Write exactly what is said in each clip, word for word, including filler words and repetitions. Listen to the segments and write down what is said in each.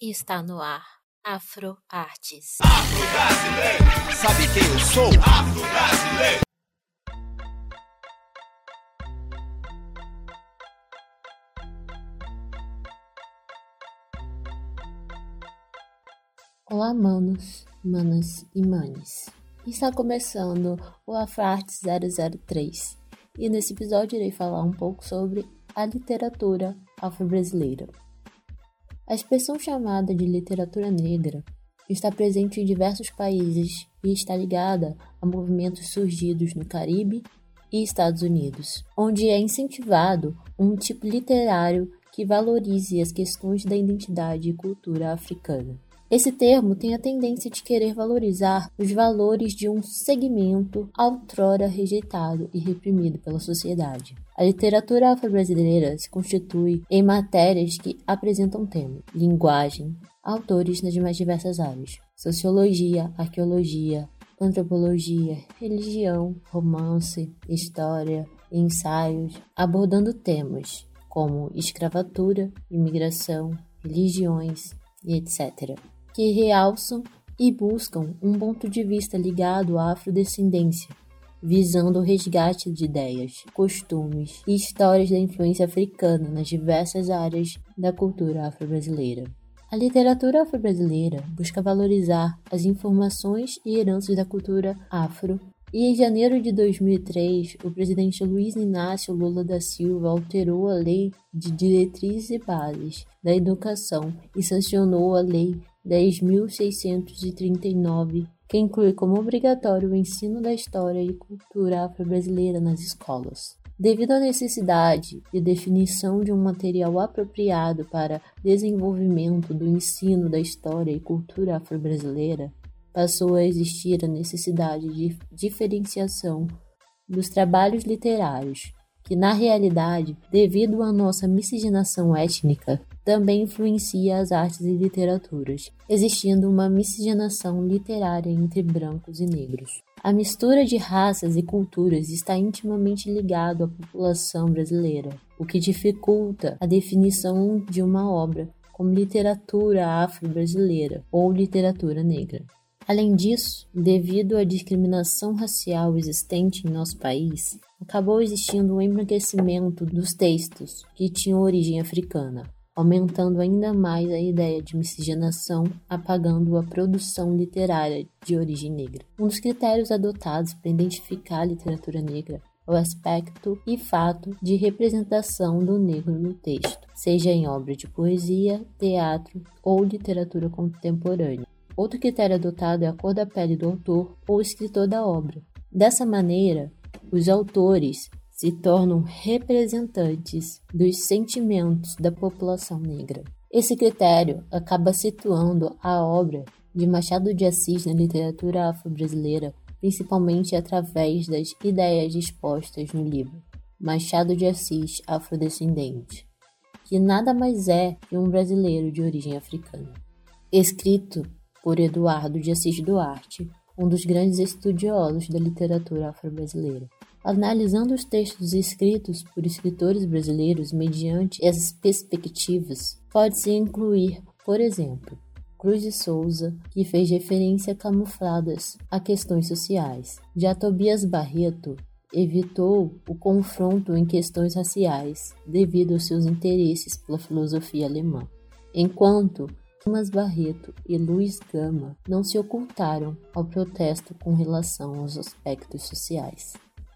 Está no ar Afro Artes. Afro brasileiro, sabe quem eu sou? Afro brasileiro. Olá, manos, manas e manes. Está começando o Afro Artes zero zero três e nesse episódio irei falar um pouco sobre a literatura afro-brasileira. A expressão chamada de literatura negra está presente em diversos países e está ligada a movimentos surgidos no Caribe e Estados Unidos, onde é incentivado um tipo literário que valorize as questões da identidade e cultura africana. Esse termo tem a tendência de querer valorizar os valores de um segmento outrora rejeitado e reprimido pela sociedade. A literatura afro-brasileira se constitui em matérias que apresentam tema, linguagem, autores nas mais diversas áreas: sociologia, arqueologia, antropologia, religião, romance, história, ensaios, abordando temas como escravatura, imigração, religiões e etcétera, que realçam e buscam um ponto de vista ligado à afrodescendência, visando o resgate de ideias, costumes e histórias da influência africana nas diversas áreas da cultura afro-brasileira. A literatura afro-brasileira busca valorizar as informações e heranças da cultura afro, e em janeiro de dois mil e três, o presidente Luiz Inácio Lula da Silva alterou a Lei de Diretrizes e Bases da Educação e sancionou a Lei dez mil seiscentos e trinta e nove, que inclui como obrigatório o ensino da história e cultura afro-brasileira nas escolas. Devido à necessidade de definição de um material apropriado para desenvolvimento do ensino da história e cultura afro-brasileira, passou a existir a necessidade de diferenciação dos trabalhos literários, que na realidade, devido à nossa miscigenação étnica, também influencia as artes e literaturas, existindo uma miscigenação literária entre brancos e negros. A mistura de raças e culturas está intimamente ligado à população brasileira, o que dificulta a definição de uma obra como literatura afro-brasileira ou literatura negra. Além disso, devido à discriminação racial existente em nosso país, acabou existindo um embranquecimento dos textos que tinham origem africana, aumentando ainda mais a ideia de miscigenação, apagando a produção literária de origem negra. Um dos critérios adotados para identificar a literatura negra é o aspecto e fato de representação do negro no texto, seja em obra de poesia, teatro ou literatura contemporânea. Outro critério adotado é a cor da pele do autor ou escritor da obra. Dessa maneira, os autores se tornam representantes dos sentimentos da população negra. Esse critério acaba situando a obra de Machado de Assis na literatura afro-brasileira, principalmente através das ideias expostas no livro Machado de Assis Afrodescendente, que nada mais é que um brasileiro de origem africana. Escrito por Eduardo de Assis Duarte, um dos grandes estudiosos da literatura afro-brasileira. Analisando os textos escritos por escritores brasileiros mediante essas perspectivas, pode-se incluir, por exemplo, Cruz de Souza, que fez referência camufladas a questões sociais. Já Tobias Barreto evitou o confronto em questões raciais devido aos seus interesses pela filosofia alemã, enquanto Thomas Barreto e Luiz Gama não se ocultaram ao protesto com relação aos aspectos sociais.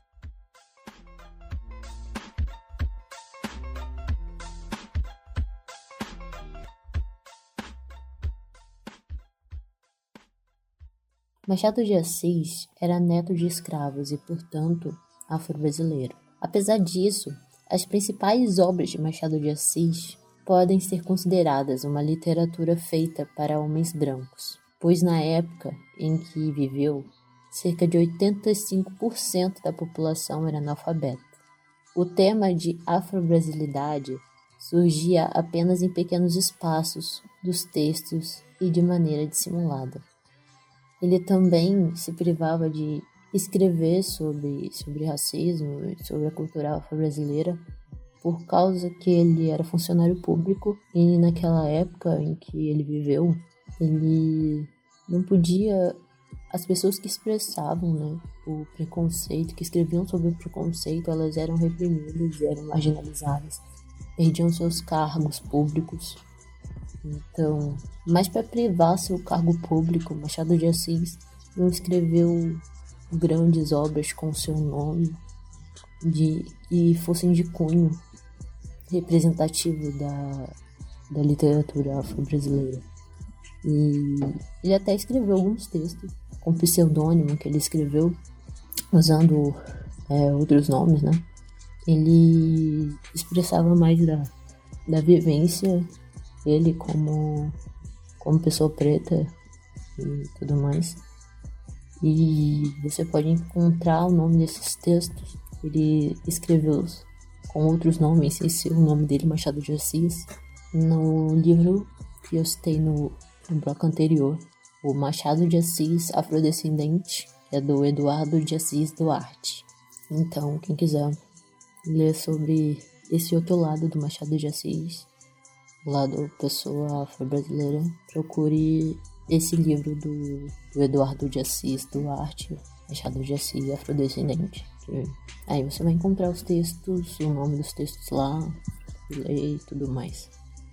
Machado de Assis era neto de escravos e, portanto, afro-brasileiro. Apesar disso, as principais obras de Machado de Assis podem ser consideradas uma literatura feita para homens brancos, pois na época em que viveu, cerca de oitenta e cinco por cento da população era analfabeta. O tema de afro-brasilidade surgia apenas em pequenos espaços dos textos e de maneira dissimulada. Ele também se privava de escrever sobre, sobre racismo, sobre a cultura afro-brasileira, por causa que ele era funcionário público e naquela época em que ele viveu, ele não podia... As pessoas que expressavam, né, o preconceito, que escreviam sobre o preconceito, elas eram reprimidas, eram marginalizadas, perdiam seus cargos públicos. Então, mas para privar seu cargo público, Machado de Assis não escreveu grandes obras com seu nome de, e fossem de cunho representativo da, da literatura afro-brasileira. E ele até escreveu alguns textos com pseudônimo que ele escreveu usando é, outros nomes, né? Ele expressava mais da, da vivência dele como, como pessoa preta e tudo mais. E você pode encontrar o nome desses textos. Ele escreveu com outros nomes, sem ser o nome dele, Machado de Assis, no livro que eu citei no, no bloco anterior, o Machado de Assis Afrodescendente, que é do Eduardo de Assis Duarte. Então, quem quiser ler sobre esse outro lado do Machado de Assis, o lado pessoa afro-brasileira, procure esse livro do, do Eduardo de Assis Duarte, Machado de Assis Afrodescendente. Que aí você vai encontrar os textos, o nome dos textos lá, ler e tudo mais.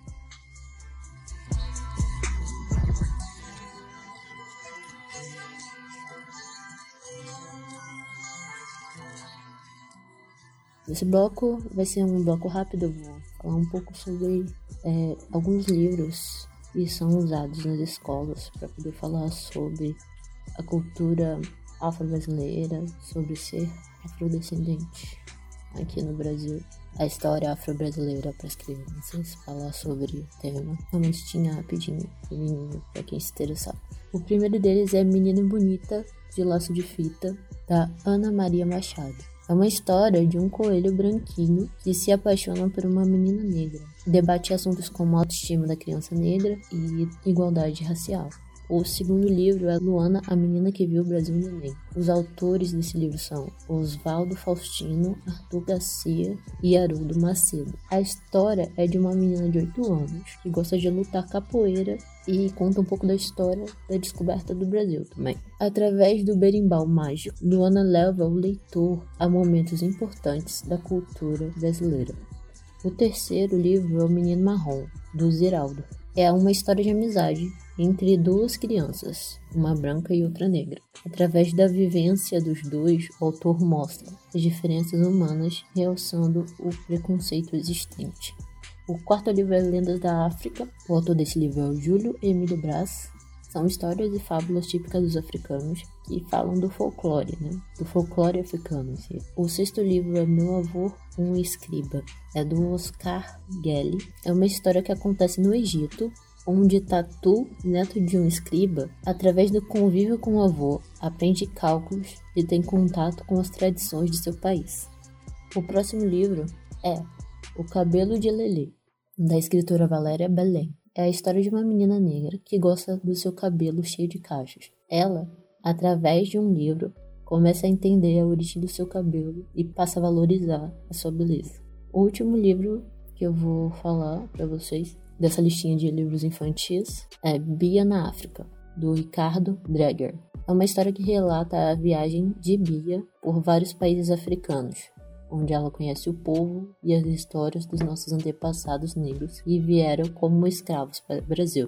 Esse bloco vai ser um bloco rápido, eu vou falar um pouco sobre é, alguns livros que são usados nas escolas para poder falar sobre a cultura afro-brasileira, sobre ser afrodescendente aqui no Brasil, a história afro-brasileira para as crianças, falar sobre o tema. Realmente tinha rapidinho para quem se interessar. O primeiro deles é Menina Bonita de Laço de Fita, da Ana Maria Machado. É uma história de um coelho branquinho que se apaixona por uma menina negra. Debate assuntos como a autoestima da criança negra e igualdade racial. O segundo livro é Luana, a Menina que Viu o Brasil Neném. Os autores desse livro são Oswaldo Faustino, Arthur Garcia e Haroldo Macedo. A história é de uma menina de oito anos que gosta de lutar capoeira e conta um pouco da história da descoberta do Brasil também. Através do berimbau mágico, Luana leva o leitor a momentos importantes da cultura brasileira. O terceiro livro é O Menino Marrom, do Ziraldo. É uma história de amizade entre duas crianças, uma branca e outra negra. Através da vivência dos dois, o autor mostra as diferenças humanas, realçando o preconceito existente. O quarto livro é Lendas da África. O autor desse livro é o Júlio Emílio Braz. São histórias e fábulas típicas dos africanos que falam do folclore, né? Do folclore africano. Assim. O sexto livro é Meu Avô, um Escriba. É do Oscar Gelli. É uma história que acontece no Egito, onde Tatu, neto de um escriba, através do convívio com o avô, aprende cálculos e tem contato com as tradições de seu país. O próximo livro é O Cabelo de Lelê, da escritora Valéria Belém. É a história de uma menina negra que gosta do seu cabelo cheio de cachos. Ela, através de um livro, começa a entender a origem do seu cabelo e passa a valorizar a sua beleza. O último livro que eu vou falar para vocês dessa listinha de livros infantis é Bia na África, do Ricardo Dreger. É uma história que relata a viagem de Bia por vários países africanos, onde ela conhece o povo e as histórias dos nossos antepassados negros que vieram como escravos para o Brasil.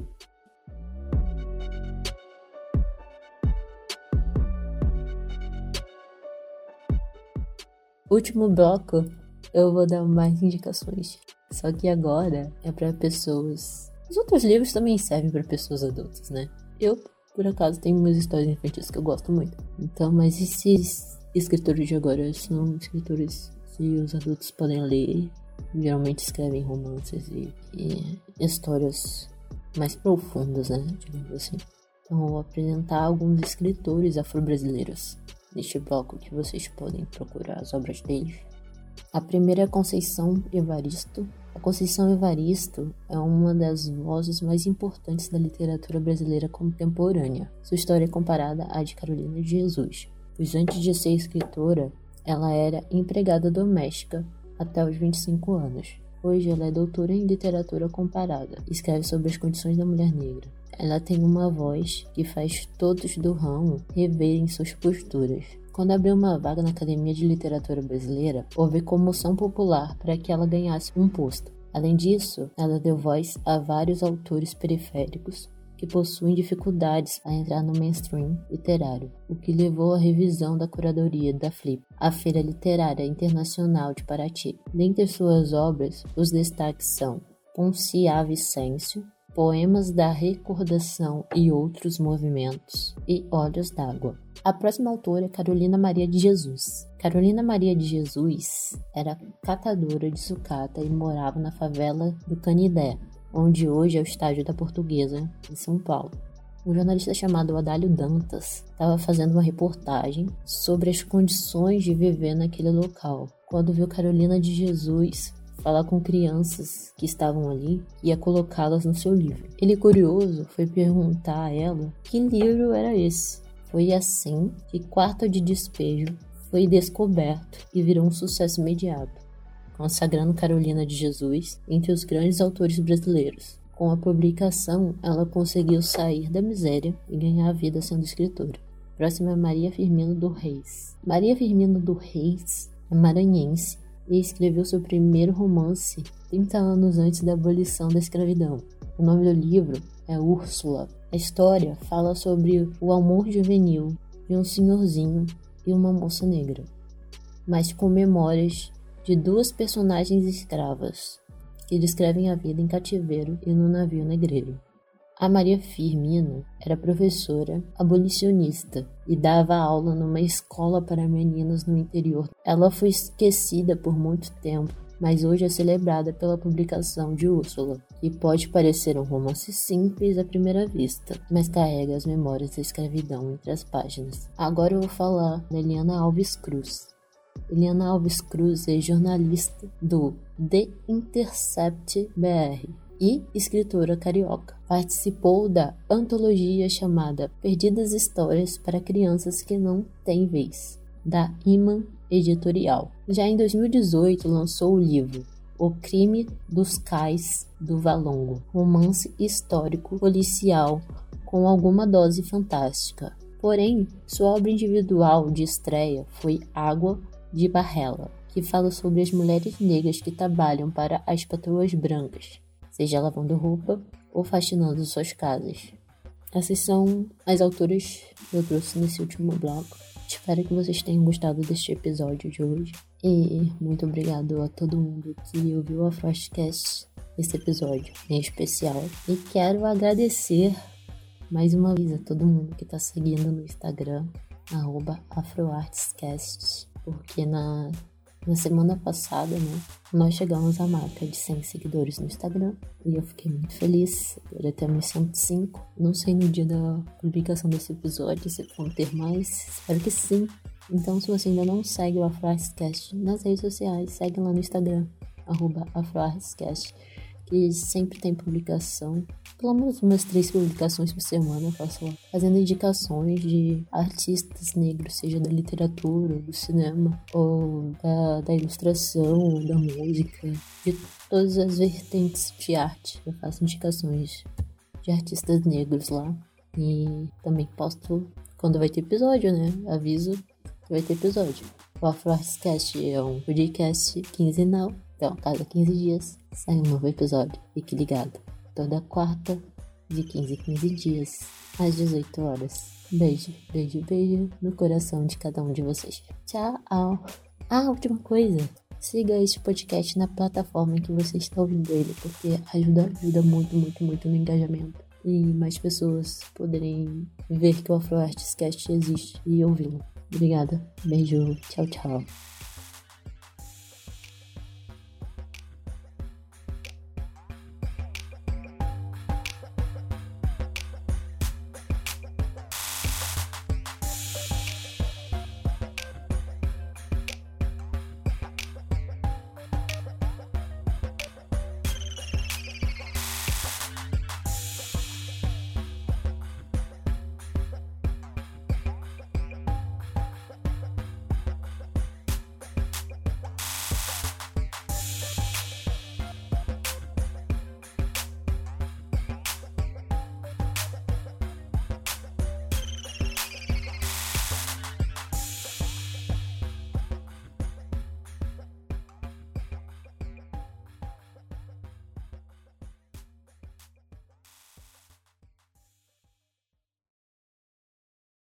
Último bloco, eu vou dar mais indicações. Só que agora é para pessoas... Os outros livros também servem para pessoas adultas, né? Eu, por acaso, tenho umas histórias infantis que eu gosto muito. Então, mas esses escritores de agora são escritores que os adultos podem ler. Geralmente escrevem romances e, e histórias mais profundas, né? Digamos assim. Então, eu vou apresentar alguns escritores afro-brasileiros neste bloco que vocês podem procurar as obras deles. A primeira é Conceição Evaristo. A Conceição Evaristo é uma das vozes mais importantes da literatura brasileira contemporânea. Sua história é comparada à de Carolina de Jesus, pois antes de ser escritora, ela era empregada doméstica até os vinte e cinco anos. Hoje ela é doutora em literatura comparada e escreve sobre as condições da mulher negra. Ela tem uma voz que faz todos do ramo reverem suas posturas. Quando abriu uma vaga na Academia de Literatura Brasileira, houve comoção popular para que ela ganhasse um posto. Além disso, ela deu voz a vários autores periféricos que possuem dificuldades a entrar no mainstream literário, o que levou à revisão da curadoria da Flip, a Feira Literária Internacional de Paraty. Dentre suas obras, os destaques são Poncia Vicêncio, Poemas da Recordação e Outros Movimentos e Olhos d'Água. A próxima autora é Carolina Maria de Jesus. Carolina Maria de Jesus era catadora de sucata e morava na favela do Canidé, onde hoje é o estádio da Portuguesa, em São Paulo. Um jornalista chamado Adálio Dantas estava fazendo uma reportagem sobre as condições de viver naquele local, quando viu Carolina de Jesus falar com crianças que estavam ali e ia colocá-las no seu livro. Ele, curioso, foi perguntar a ela que livro era esse. Foi assim que Quarto de Despejo foi descoberto e virou um sucesso imediato, consagrando Carolina de Jesus entre os grandes autores brasileiros. Com a publicação, ela conseguiu sair da miséria e ganhar a vida sendo escritora. Próxima é Maria Firmina do Reis. Maria Firmina do Reis é maranhense e escreveu seu primeiro romance trinta anos antes da abolição da escravidão. O nome do livro é Úrsula. A história fala sobre o amor juvenil de um senhorzinho e uma moça negra, mas com memórias de duas personagens escravas que descrevem a vida em cativeiro e no navio negreiro. A Maria Firmina era professora abolicionista e dava aula numa escola para meninas no interior. Ela foi esquecida por muito tempo, mas hoje é celebrada pela publicação de Úrsula, que pode parecer um romance simples à primeira vista, mas carrega as memórias da escravidão entre as páginas. Agora eu vou falar da Eliana Alves Cruz. Eliana Alves Cruz é jornalista do The Intercept B R e escritora carioca. Participou da antologia chamada Perdidas Histórias para Crianças que Não Têm Vez, da Iman Editorial. Já em dois mil e dezoito lançou o livro O Crime dos Cais do Valongo, romance histórico policial com alguma dose fantástica. Porém, sua obra individual de estreia foi Água de Barrela, que fala sobre as mulheres negras que trabalham para as patroas brancas, seja lavando roupa ou faxinando suas casas. Essas são as autoras que eu trouxe nesse último bloco. Espero que vocês tenham gostado deste episódio de hoje. E muito obrigado a todo mundo que ouviu a Frostcast, esse episódio em especial. E quero agradecer mais uma vez a todo mundo que está seguindo no Instagram, arroba afroartscast. Porque na, na semana passada, né, nós chegamos à marca de cem seguidores no Instagram. E eu fiquei muito feliz. Agora temos cento e cinco. Não sei no dia da publicação desse episódio se vão ter mais. Espero que sim. Então, se você ainda não segue o Afroartscast nas redes sociais, segue lá no Instagram, arroba afroartscast, que sempre tem publicação. Pelo menos umas três publicações por semana eu faço lá, fazendo indicações de artistas negros, seja da literatura, do cinema, ou da, da ilustração, ou da música, de todas as vertentes de arte. Eu faço indicações de artistas negros lá. E também posto quando vai ter episódio, né? Aviso que vai ter episódio. O Afroartscast é um podcast quinzenal. Então, a cada quinze dias sai um novo episódio. Fique ligado. Toda quarta, de quinze em quinze dias, às dezoito horas. Beijo, beijo, beijo no coração de cada um de vocês. Tchau! Ah, última coisa. Siga este podcast na plataforma em que você está ouvindo ele, porque ajuda, ajuda muito, muito, muito no engajamento. E mais pessoas poderem ver que o Afroartscast existe e ouvi-lo. Obrigada. Beijo. Tchau, tchau.